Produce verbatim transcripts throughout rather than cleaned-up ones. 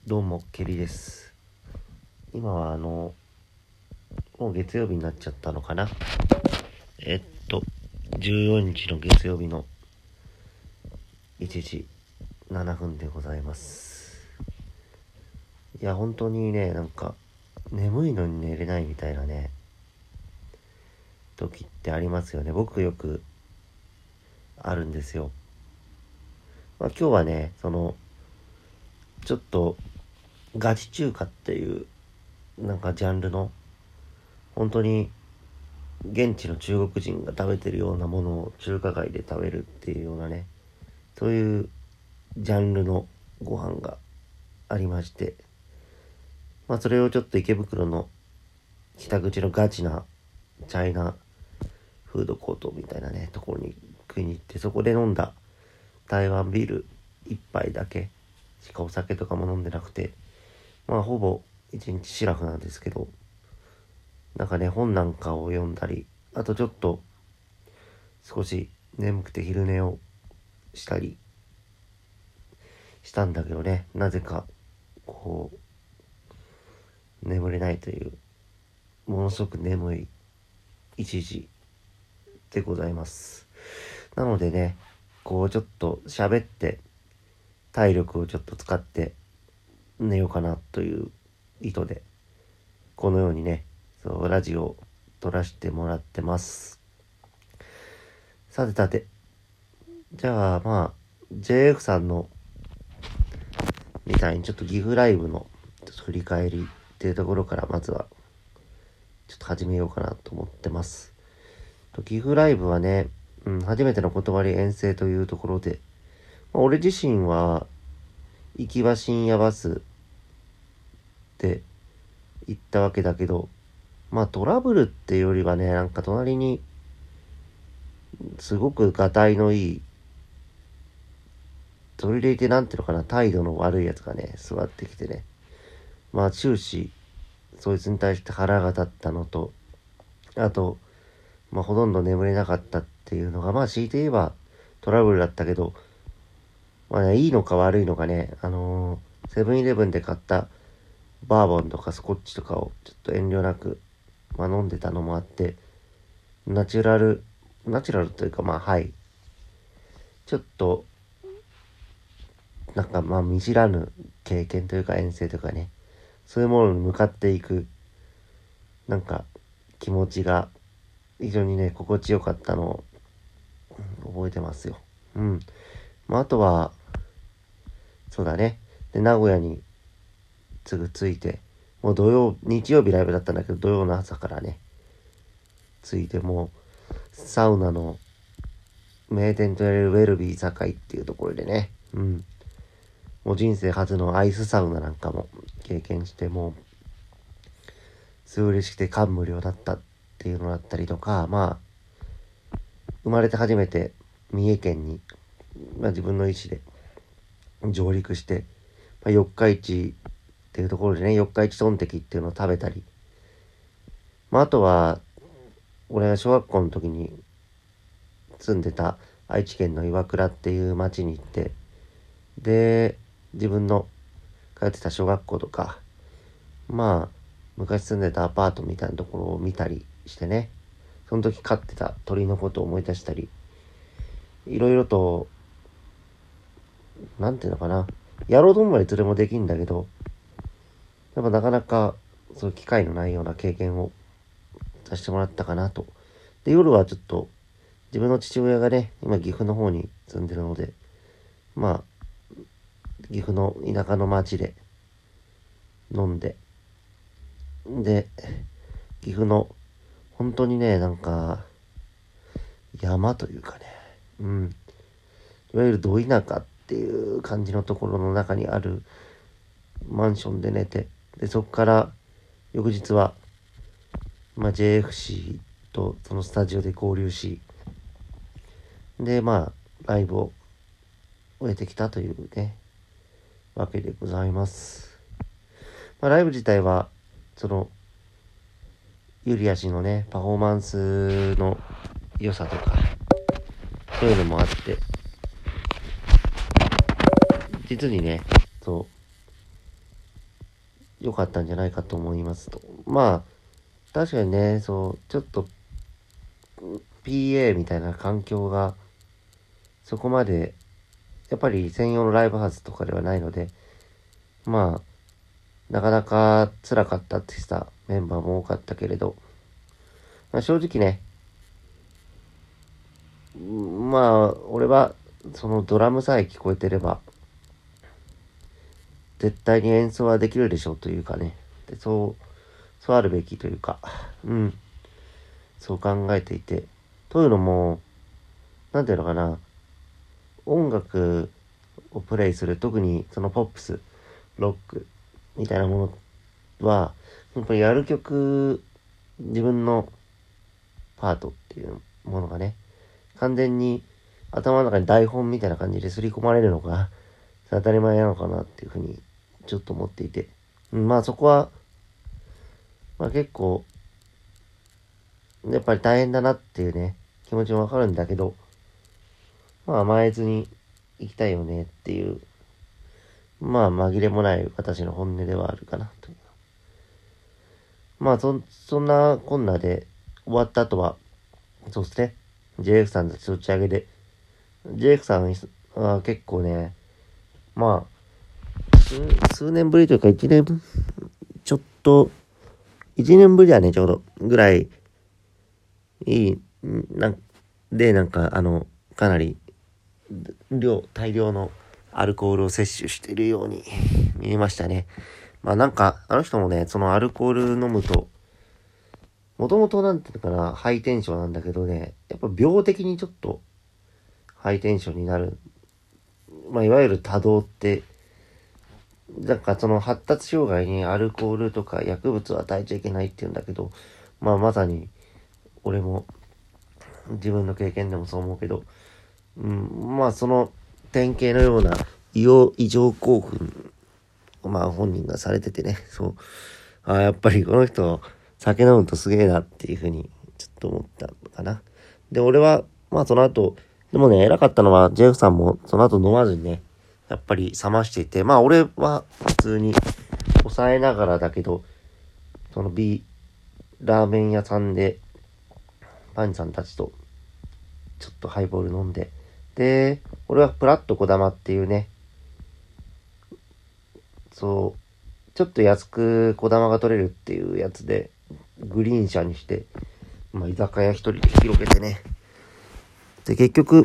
どうもケリです。今はあのもう月曜日になっちゃったのかな。えっとじゅうよっかの月曜日のいちじななふんでございます。いや本当にね、なんか眠いのに寝れないみたいなね時ってありますよね。僕よくあるんですよ。まあ、今日はね、そのちょっとガチ中華っていうなんかジャンルの本当に現地の中国人が食べてるようなものを中華街で食べるっていうようなね、そういうジャンルのご飯がありまして、まあそれをちょっと池袋の北口のガチなチャイナフードコートみたいなねところに食いに行って、そこで飲んだ台湾ビール一杯だけしかお酒とかも飲んでなくて、まあほぼ一日シラフなんですけど、なんかね本なんかを読んだり、あとちょっと少し眠くて昼寝をしたりしたんだけどね、なぜかこう眠れないというものすごく眠い一時でございます。なのでね、こうちょっと喋って体力をちょっと使って寝ようかなという意図でこのようにね、そうラジオを撮らせてもらってます。さてさて、じゃあまあ ジェイエフ さんのみたいにちょっと岐阜ライブのちょっと振り返りっていうところからまずはちょっと始めようかなと思ってます。岐阜ライブはね、うん、初めての断り遠征というところで、まあ、俺自身は行きは深夜バスで行ったわけだけど、まあトラブルっていうよりはね、なんか隣にすごくがたいのいい、それでいてなんていうのかな、態度の悪いやつがね座ってきてね、まあ終始そいつに対して腹が立ったのと、あとまあほとんど眠れなかったっていうのが、まあ強いて言えばトラブルだったけど、まあね、いいのか悪いのかね、あのー、セブンイレブンで買ったバーボンとかスコッチとかをちょっと遠慮なく、まあ、飲んでたのもあって、ナチュラル、ナチュラルというかまあはい、ちょっと、なんかまあ見知らぬ経験というか遠征とかね、そういうものに向かっていく、なんか気持ちが非常にね、心地よかったのを覚えてますよ。うん。まああとは、そうだね。で、名古屋にすぐ着いて、もう土曜、日曜日ライブだったんだけど、土曜の朝からね、着いてもう、サウナの名店と言われるウェルビー堺っていうところでね、うん。もう人生初のアイスサウナなんかも経験して、もう、すごい嬉しくて感無量だったっていうのだったりとか、まあ、生まれて初めて三重県に、まあ自分の意思で上陸して、まあ、四日市っていうところでね、四日市トンテキっていうのを食べたり、まああとは、俺が小学校の時に住んでた愛知県の岩倉っていう町に行って、で、自分の通ってた小学校とか、まあ、昔住んでたアパートみたいなところを見たりしてね、その時飼ってた鳥のことを思い出したり、いろいろと、なんていうのかな、やろうと思えばいつでもできんだけど、やっぱなかなかそういう機会のないような経験をさせてもらったかなと。で、夜はちょっと、自分の父親がね、今岐阜の方に住んでるので、まあ、岐阜の田舎の町で飲んで、で、岐阜の本当にね、なんか山というかね、うん、いわゆるど田舎っていう感じのところの中にあるマンションで寝て、でそこから翌日は、まあ、ジェイエフシー とそのスタジオで合流し、でまあライブを終えてきたというねわけでございます。まあ、ライブ自体はそのユリア氏のねパフォーマンスの良さとかそういうのもあって、実にねそう良かったんじゃないかと思いますと。まあ、確かにね、そう、ちょっと、ピーエー みたいな環境が、そこまで、やっぱり専用のライブハウスとかではないので、まあ、なかなか辛かったってしたメンバーも多かったけれど、まあ、正直ね、まあ、俺は、そのドラムさえ聞こえてれば、絶対に演奏はできるでしょうというかね。で、そう、そうあるべきというか、うん、そう考えていて。というのも、なんていうのかな、音楽をプレイする、特にそのポップス、ロックみたいなものは、やっぱりやる曲、自分のパートっていうものがね、完全に頭の中に台本みたいな感じで刷り込まれるのが当たり前なのかなっていうふうにちょっと思っていて、うん、まあそこは、まあ結構、やっぱり大変だなっていうね、気持ちもわかるんだけど、まあ甘えずに行きたいよねっていう、まあ紛れもない私の本音ではあるかなという。まあそ、そんなこんなで終わった後は、そうですね、ジェイエフ さんたち打ち上げで、ジェイエフ さんは結構ね、まあ、数、数年ぶりというか一年、ちょっと、一年ぶりだね、ちょうど、ぐらい、いい、なんで、なんか、あの、かなり、量、大量のアルコールを摂取しているように見えましたね。まあなんか、あの人もね、そのアルコール飲むと、もともとなんていうのかな、ハイテンションなんだけどね、やっぱ病的にちょっと、ハイテンションになる。まあいわゆる多動って、なんかその発達障害にアルコールとか薬物を与えちゃいけないって言うんだけど、まあまさに、俺も自分の経験でもそう思うけど、うん、まあその典型のような異様異常興奮、まあ本人がされててね、そう、ああ、やっぱりこの人酒飲むとすげえなっていうふうにちょっと思ったのかな。で、俺は、まあその後、でもね、偉かったのはジェフさんもその後飲まずにね、やっぱり冷ましていて、まあ俺は普通に抑えながらだけど、その B、ラーメン屋さんで、パンさんたちとちょっとハイボール飲んで、で、俺はプラットこだまっていうね、そう、ちょっと安くこだまが取れるっていうやつで、グリーン車にして、まあ居酒屋一人で広げてね。で、結局、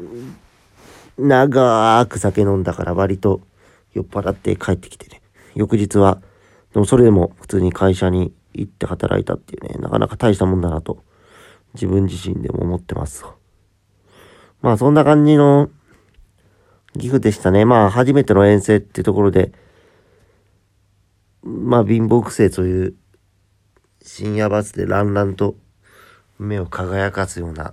長く酒飲んだから割と酔っ払って帰ってきてね。翌日は、でもそれでも普通に会社に行って働いたっていうね、なかなか大したもんだなと、自分自身でも思ってます。まあそんな感じの岐阜でしたね。まあ初めての遠征っていうところで、まあ貧乏くせえという深夜バスでランランと目を輝かすような、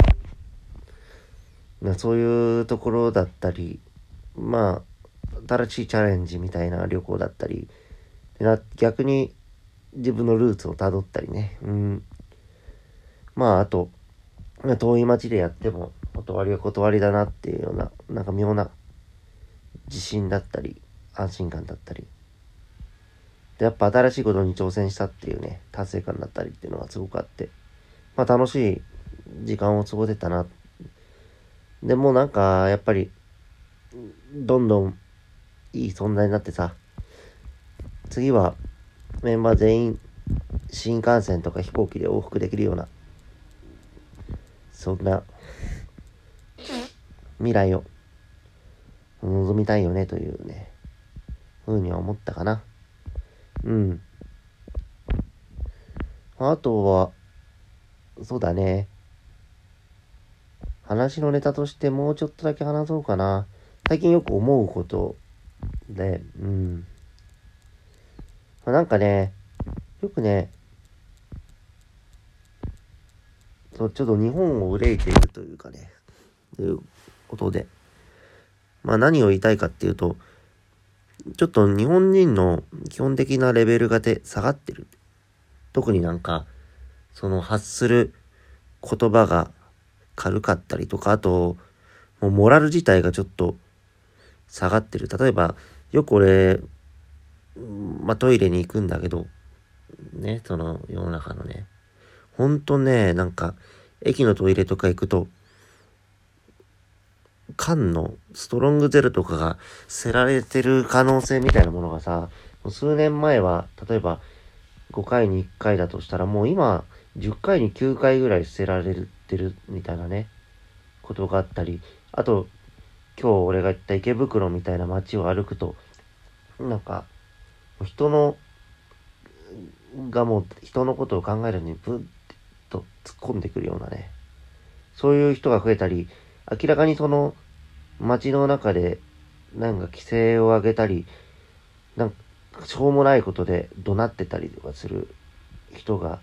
そういうところだったり、まあ新しいチャレンジみたいな旅行だったり、逆に自分のルーツをたどったりね。うん。まああと、遠い町でやっても断りは断りだなっていうような、なんか妙な自信だったり、安心感だったり。で、やっぱ新しいことに挑戦したっていうね、達成感だったりっていうのがすごくあって、まあ楽しい時間を過ごせたな。でもなんか、やっぱり、どんどんいい存在になってさ、次はメンバー全員新幹線とか飛行機で往復できるような、そんな未来を望みたいよねというね、ふうには思ったかな。うん。あとは、そうだね。話のネタとしてもうちょっとだけ話そうかな。最近よく思うことで、うん。なんかね、よくね、そうちょっと日本を憂いているというかね、ということで。まあ何を言いたいかっていうと、ちょっと日本人の基本的なレベルがで下がってる。特になんか、その発する言葉が軽かったりとか、あと、もうモラル自体がちょっと下がってる。例えば、よく俺、 まあトイレに行くんだけど、ね、その世の中のね、ほんとね、なんか、駅のトイレとか行くと、缶のストロングゼロとかが捨てられてる可能性みたいなものがさ、もう数年前は、例えばごかいにいっかいだとしたら、もう今、じゅっかいにきゅうかいぐらい捨てられてるみたいなね、ことがあったり、あと、今日俺が言った池袋みたいな街を歩くと、なんか、人の、がもう人のことを考えるのにブッと突っ込んでくるようなね、そういう人が増えたり、明らかにその街の中でなんか規制を上げたり、なんかしょうもないことで怒鳴ってたりとかする人が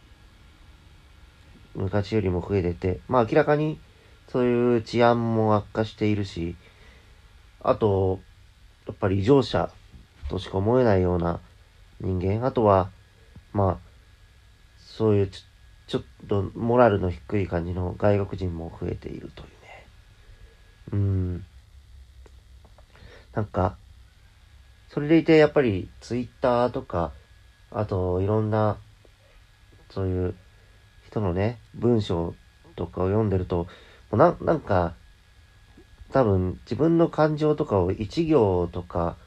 昔よりも増えてて、まあ明らかにそういう治安も悪化しているし、あと、やっぱり異常者としか思えないような人間、あとは、まあ、そういうちょ、ちょっとモラルの低い感じの外国人も増えているというね。うーん。なんか、それでいてやっぱりツイッターとか、あといろんな、そういう人のね、文章とかを読んでると、もうな、なんか、多分自分の感情とかを一行とか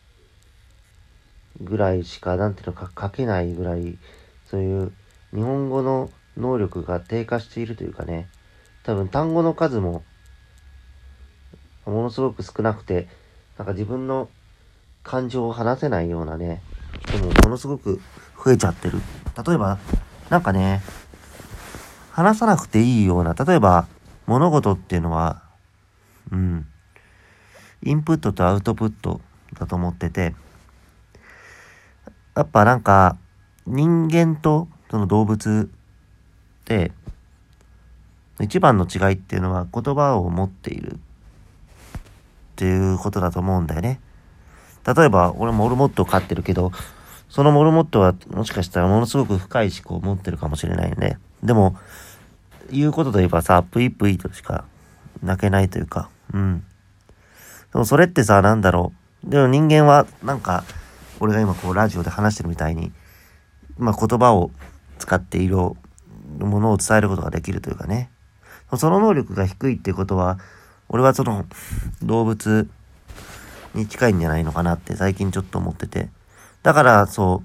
ぐらいしか、なんていうのか書けないぐらい、そういう日本語の能力が低下しているというかね、多分単語の数もものすごく少なくて、なんか自分の感情を話せないようなね、人もものすごく増えちゃってる。例えば、なんかね、話さなくていいような、例えば物事っていうのは、うん、インプットとアウトプットだと思ってて、やっぱなんか人間とその動物って一番の違いっていうのは言葉を持っているっていうことだと思うんだよね。例えば俺モルモットを飼ってるけど、そのモルモットはもしかしたらものすごく深い思考を持ってるかもしれないよね。でも言うことといえばさ、プイプイとしか泣けないというか、うん。でもそれってさ、なんだろう。でも人間はなんか俺が今こうラジオで話してるみたいに、まあ言葉を使っていろものを伝えることができるというかね。その能力が低いっていうことは、俺はその動物に近いんじゃないのかなって最近ちょっと思ってて。だからそう、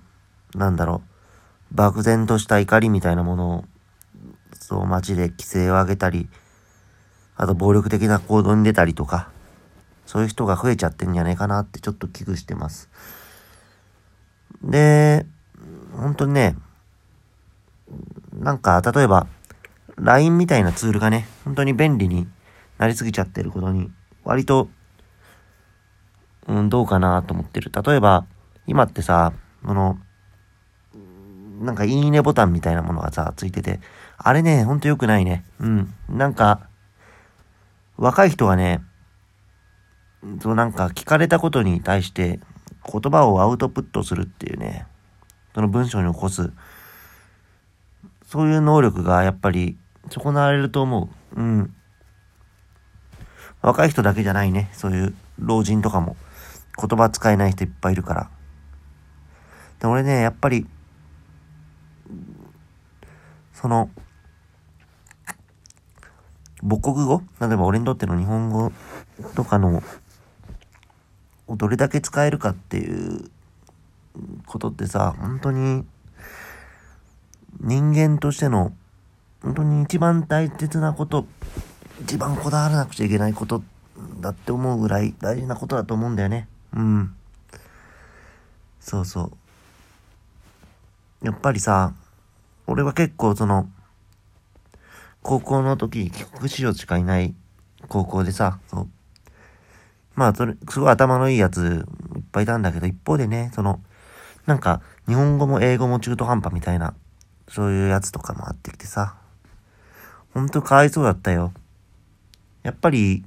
なんだろう、漠然とした怒りみたいなものを、そう街で規制を上げたり、あと暴力的な行動に出たりとか、そういう人が増えちゃってんじゃないかなってちょっと危惧してます。で、本当にね、なんか例えば ライン みたいなツールがね、本当に便利になりすぎちゃってることに、割と、うん、どうかなと思ってる。例えば、今ってさ、この、なんかいいねボタンみたいなものがさ、ついてて、あれね、ほんと良くないね。うん。なんか、若い人がね、そうなんか聞かれたことに対して言葉をアウトプットするっていうね、その文章に起こす、そういう能力がやっぱり損なわれると思う。うん。若い人だけじゃないね。そういう老人とかも言葉使えない人いっぱいいるから。で、俺ね、やっぱり、その、母国語例えば俺にとっての日本語とかの、をどれだけ使えるかっていうことってさ、本当に人間としての本当に一番大切なこと、一番こだわらなくちゃいけないことだって思うぐらい大事なことだと思うんだよね。うん。そうそう。やっぱりさ、俺は結構その、高校の時、帰国子女しかいない高校でさ、そう。まあ、それ、すごい頭のいいやついっぱいいたんだけど、一方でね、その、なんか、日本語も英語も中途半端みたいな、そういうやつとかもあってきてさ、ほんとかわいそうだったよ。やっぱり、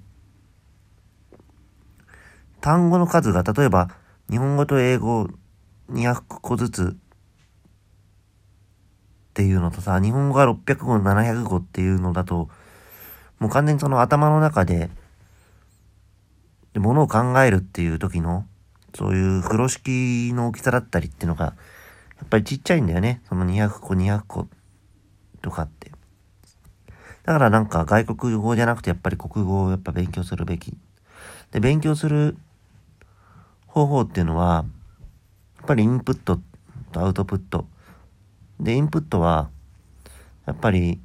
単語の数が、例えば、日本語と英語にひゃくこずつっていうのとさ、日本語がろっぴゃくご、ななひゃくごっていうのだと、もう完全にその頭の中で、で、ものを考えるっていう時のそういう風呂敷の大きさだったりっていうのが、やっぱりちっちゃいんだよね。そのにひゃくこ、にひゃくことかって。だからなんか外国語じゃなくてやっぱり国語をやっぱ勉強するべき。で、勉強する方法っていうのは、やっぱりインプットとアウトプット。で、インプットは、やっぱり、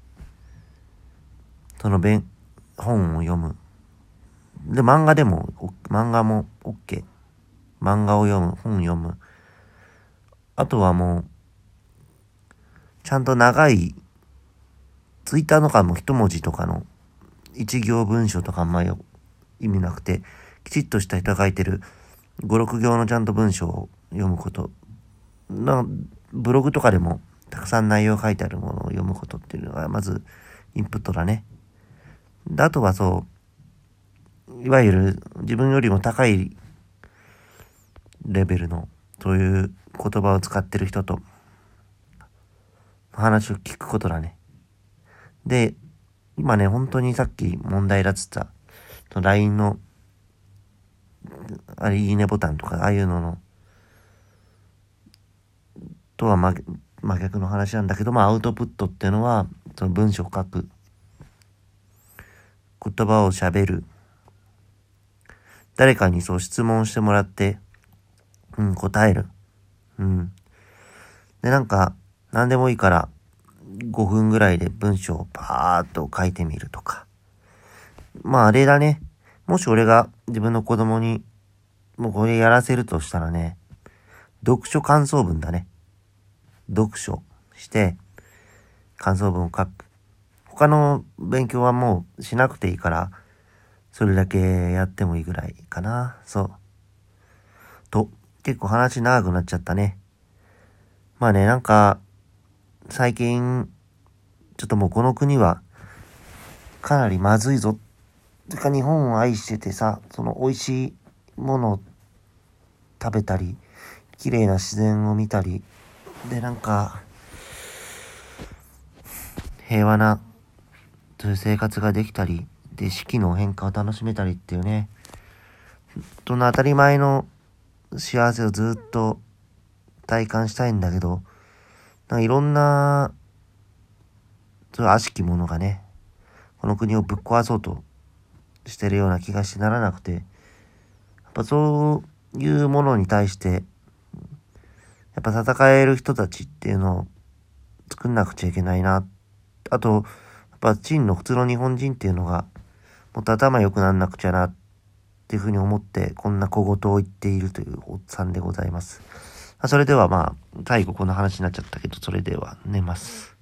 その弁、本を読む。で、漫画でも、漫画も OK。漫画を読む、本読む。あとはもう、ちゃんと長い、ツイッターとかも一文字とかの一行文章とかあんまり意味なくて、きちっとした人が書いてるご、ろく行のちゃんと文章を読むこと。なブログとかでもたくさん内容書いてあるものを読むことっていうのがまずインプットだね。で、あとはそう、いわゆる自分よりも高いレベルのそういう言葉を使ってる人と話を聞くことだね。で、今ね、本当にさっき問題だっつった、ライン の、あれ、いいねボタンとか、ああいうのの、とは真、真逆の話なんだけど、まあ、アウトプットっていうのは、その文章を書く、言葉を喋る、誰かにそう質問してもらって、うん、答える。うん。で、なんか、何でもいいから、ごふんぐらいで文章をパーッと書いてみるとか。まああれだね。もし俺が自分の子供にもうこれやらせるとしたらね、読書感想文だね。読書して感想文を書く。他の勉強はもうしなくていいから、それだけやってもいいぐらいかな。そう。と、結構話長くなっちゃったね。まあね、なんか、最近、ちょっともうこの国は、かなりまずいぞ。てか日本を愛しててさ、その美味しいものを食べたり、綺麗な自然を見たり、でなんか、平和な、そういう生活ができたり、で四季の変化を楽しめたりっていうね、その当たり前の幸せをずっと体感したいんだけど、なんかいろんな、そういう悪しきものがね、この国をぶっ壊そうとしてるような気がしてならなくて、やっぱそういうものに対して、やっぱ戦える人たちっていうのを作んなくちゃいけないな。あと、やっぱ真の普通の日本人っていうのが、もっと頭良くなんなくちゃなっていうふうに思って、こんな小言を言っているというおっさんでございます。それではまあ、最後この話になっちゃったけど、それでは寝ます。